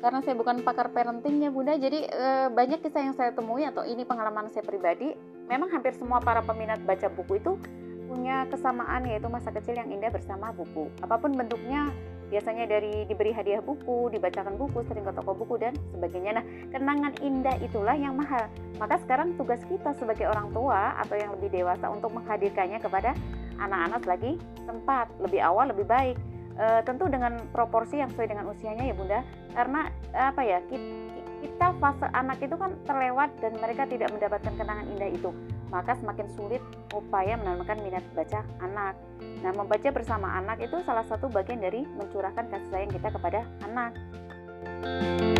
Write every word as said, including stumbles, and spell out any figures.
karena saya bukan pakar parenting ya Bunda, jadi e, banyak kisah yang saya temui atau ini pengalaman saya pribadi. Memang hampir semua para peminat baca buku itu punya kesamaan, yaitu masa kecil yang indah bersama buku. Apapun bentuknya, biasanya dari diberi hadiah buku, dibacakan buku, sering ke toko buku dan sebagainya. Nah, kenangan indah itulah yang mahal. Maka sekarang tugas kita sebagai orang tua atau yang lebih dewasa untuk menghadirkannya kepada anak-anak lagi tempat, lebih awal lebih baik. E, tentu dengan proporsi yang sesuai dengan usianya ya Bunda, karena apa ya, kita fase anak itu kan terlewat dan mereka tidak mendapatkan kenangan indah itu, maka semakin sulit upaya menanamkan minat baca anak. Nah, membaca bersama anak itu salah satu bagian dari mencurahkan kasih sayang kita kepada anak.